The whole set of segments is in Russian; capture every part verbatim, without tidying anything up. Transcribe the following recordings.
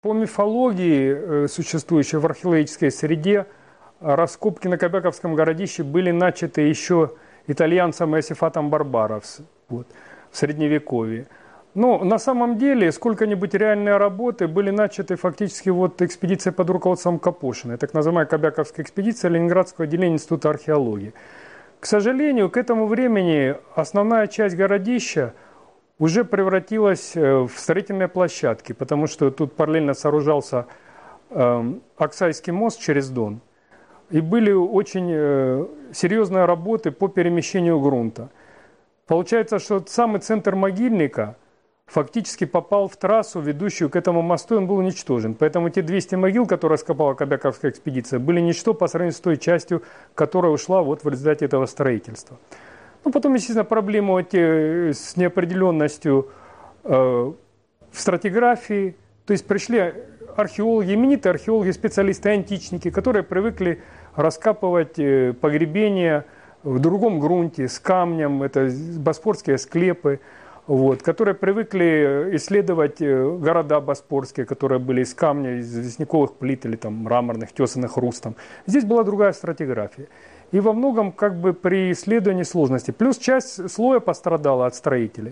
По мифологии, существующей в археологической среде, раскопки на Кобяковском городище были начаты еще итальянцем Иосифатом Барбарос вот, в Средневековье. Но на самом деле сколько-нибудь реальные работы были начаты фактически вот экспедицией под руководством Капошиной, так называемая Кобяковская экспедиция Ленинградского отделения Института археологии. К сожалению, к этому времени основная часть городища уже превратилась в строительные площадки, потому что тут параллельно сооружался э, Аксайский мост через Дон. И были очень э, серьезные работы по перемещению грунта. Получается, что самый центр могильника фактически попал в трассу, ведущую к этому мосту, и он был уничтожен. Поэтому те двести могил, которые раскопала Кобяковская экспедиция, были ничто по сравнению с той частью, которая ушла вот в результате этого строительства. Ну, потом, естественно, проблемы вот, с неопределенностью э, в стратиграфии. То есть пришли археологи, именитые археологи, специалисты, античники, которые привыкли раскапывать погребения в другом грунте, с камнем, это боспорские склепы, вот, которые привыкли исследовать города боспорские, которые были из камня, из известняковых плит или там, мраморных, тесанных рустом. Здесь была другая стратиграфия. И во многом как бы при исследовании сложности. Плюс часть слоя пострадала от строителей.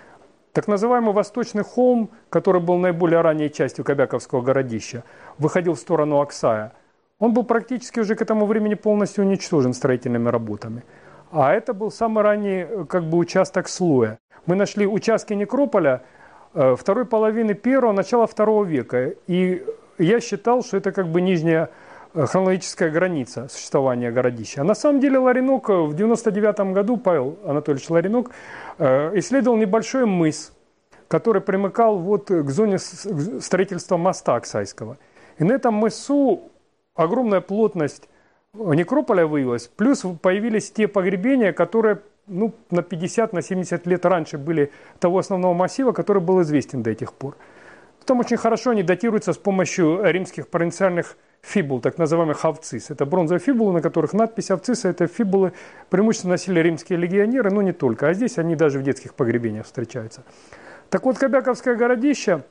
Так называемый Восточный холм, который был наиболее ранней частью Кобяковского городища, выходил в сторону Аксая. Он был практически уже к этому времени полностью уничтожен строительными работами. А это был самый ранний как бы, участок слоя. Мы нашли участки некрополя э, второй половины первого, начала второго века. И я считал, что это как бы нижняя хронологическая граница существования городища. А на самом деле Ларинок в девяносто девятом году, Павел Анатольевич Ларинок, э, исследовал небольшой мыс, который примыкал вот к зоне строительства моста Аксайского. И на этом мысу огромная плотность некрополя выявилась, плюс появились те погребения, которые ну, на пятьдесят, на семьдесят лет раньше были того основного массива, который был известен до этих пор. Потом очень хорошо они датируются с помощью римских провинциальных фибул, так называемых авцис. Это бронзовые фибулы, на которых надпись авциса, это фибулы преимущественно носили римские легионеры, но не только, а здесь они даже в детских погребениях встречаются. Так вот, Кобяковское городище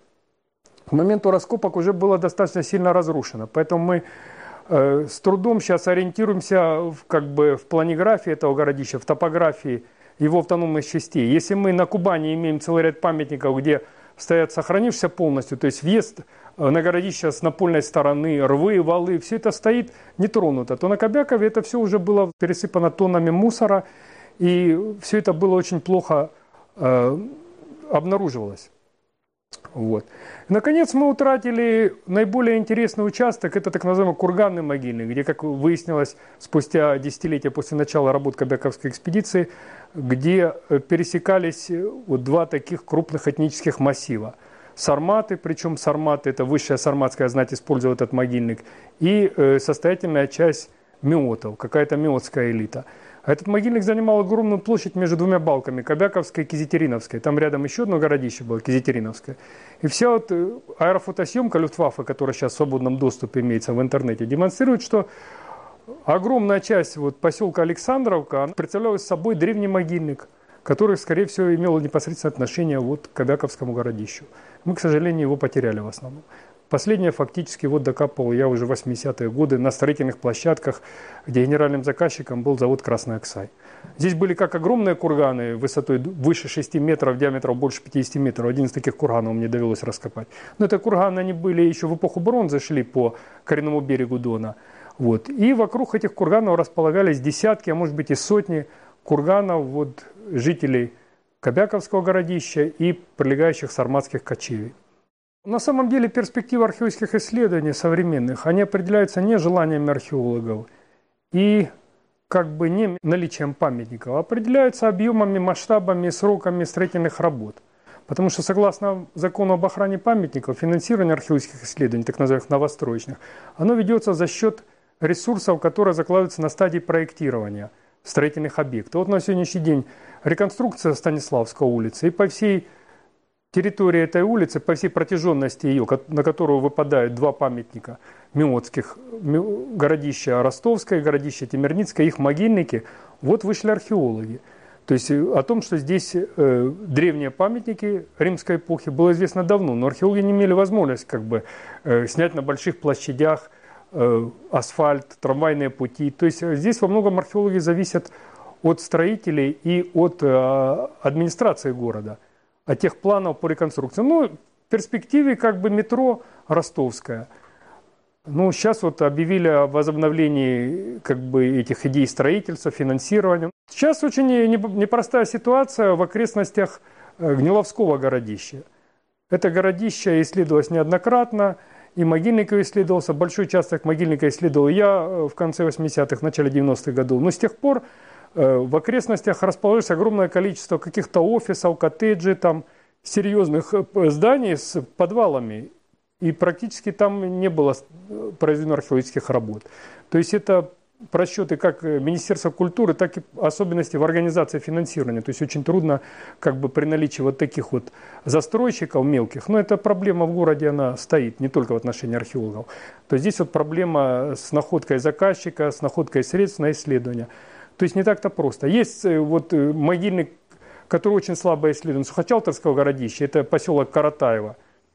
к моменту раскопок уже было достаточно сильно разрушено, поэтому мы э, с трудом сейчас ориентируемся в, как бы, в планиграфии этого городища, в топографии его автономных частей. Если мы на Кубани имеем целый ряд памятников, где стоят сохранившиеся полностью, то есть въезд на городище с напольной стороны, рвы, валы, все это стоит нетронуто, то на Кобякове это все уже было пересыпано тоннами мусора, и все это было очень плохо э, обнаруживалось. Вот. Наконец мы утратили наиболее интересный участок, это так называемый курганный могильник, где, как выяснилось, спустя десятилетия после начала работ Кобяковской экспедиции, где пересекались вот два таких крупных этнических массива. Сарматы, причем сарматы, это высшая сарматская знать, использует этот могильник, и э, состоятельная часть меотов, какая-то меотская элита. А этот могильник занимал огромную площадь между двумя балками, Кобяковской и Кизятериновской. Там рядом еще одно городище было, Кизятериновское. И вся вот аэрофотосъемка Люфтваффе, которая сейчас в свободном доступе имеется в интернете, демонстрирует, что огромная часть вот поселка Александровка представляла собой древний могильник, который, скорее всего, имел непосредственное отношение вот к Кобяковскому городищу. Мы, к сожалению, его потеряли в основном. Последнее фактически вот докапывал я уже в восьмидесятые годы на строительных площадках, где генеральным заказчиком был завод «Красный Аксай». Здесь были как огромные курганы высотой выше шести метров, диаметром больше пятидесяти метров. Один из таких курганов мне довелось раскопать. Но это курганы, они были еще в эпоху бронзы, шли по коренному берегу Дона. Вот. И вокруг этих курганов располагались десятки, а может быть и сотни курганов вот, жителей Кобяковского городища и прилегающих сарматских кочевий. На самом деле перспективы археологических исследований современных, они определяются не желаниями археологов и как бы не наличием памятников, а определяются объемами, масштабами, сроками строительных работ. Потому что согласно закону об охране памятников, финансирование археологических исследований, так называемых новостроечных, оно ведется за счет ресурсов, которые закладываются на стадии проектирования строительных объектов. Вот на сегодняшний день реконструкция Станиславской улицы, и по всей территории этой улицы, по всей протяженности ее, на которую выпадают два памятника меотских, городища Ростовское, городище Темирницкое, их могильники, вот вышли археологи. То есть о том, что здесь э, древние памятники римской эпохи, было известно давно, но археологи не имели возможности как бы, э, снять на больших площадях э, асфальт, трамвайные пути. То есть здесь во многом археологи зависят от строителей и от э, администрации города, от тех планов по реконструкции. Ну, в перспективе как бы метро ростовское. Ну, сейчас вот объявили о возобновлении как бы этих идей строительства, финансирования. Сейчас очень непростая ситуация в окрестностях Гниловского городища. Это городище исследовалось неоднократно, и Могильников исследовался, большой участок Могильника исследовал я в конце восьмидесятых, в начале девяностых годов. Но с тех пор в окрестностях расположилось огромное количество каких-то офисов, коттеджей, там, серьезных зданий с подвалами. И практически там не было произведено археологических работ. То есть это просчеты как Министерства культуры, так и особенности в организации финансирования. То есть очень трудно как бы при наличии вот таких вот застройщиков мелких. Но эта проблема в городе, она стоит не только в отношении археологов. То есть здесь вот проблема с находкой заказчика, с находкой средств на исследование. То есть не так-то просто. Есть вот могильник, который очень слабо исследован, Сухочалтерского городища, это поселок Каратаево.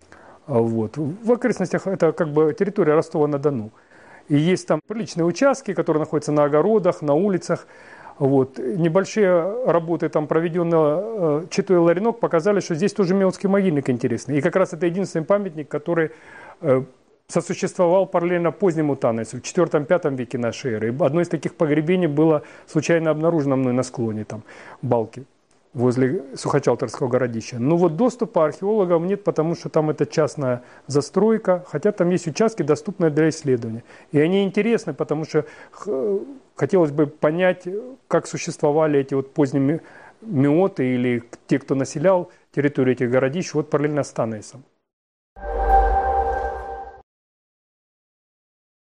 Вот. В окрестностях это как бы территория Ростова-на-Дону. И есть там приличные участки, которые находятся на огородах, на улицах. Вот. Небольшие работы там проведенные Читой Ларинок показали, что здесь тоже Меотский могильник интересный. И как раз это единственный памятник, который сосуществовал параллельно позднему Танайцу в четвёртом-пятом веке нашей эры. И одно из таких погребений было случайно обнаружено мной на склоне, там, Балки, возле Сухочалтерского городища. Но вот доступа археологам нет, потому что там это частная застройка, хотя там есть участки, доступные для исследования. И они интересны, потому что хотелось бы понять, как существовали эти вот поздние меоты или те, кто населял территорию этих городищ, вот параллельно с Танайцем.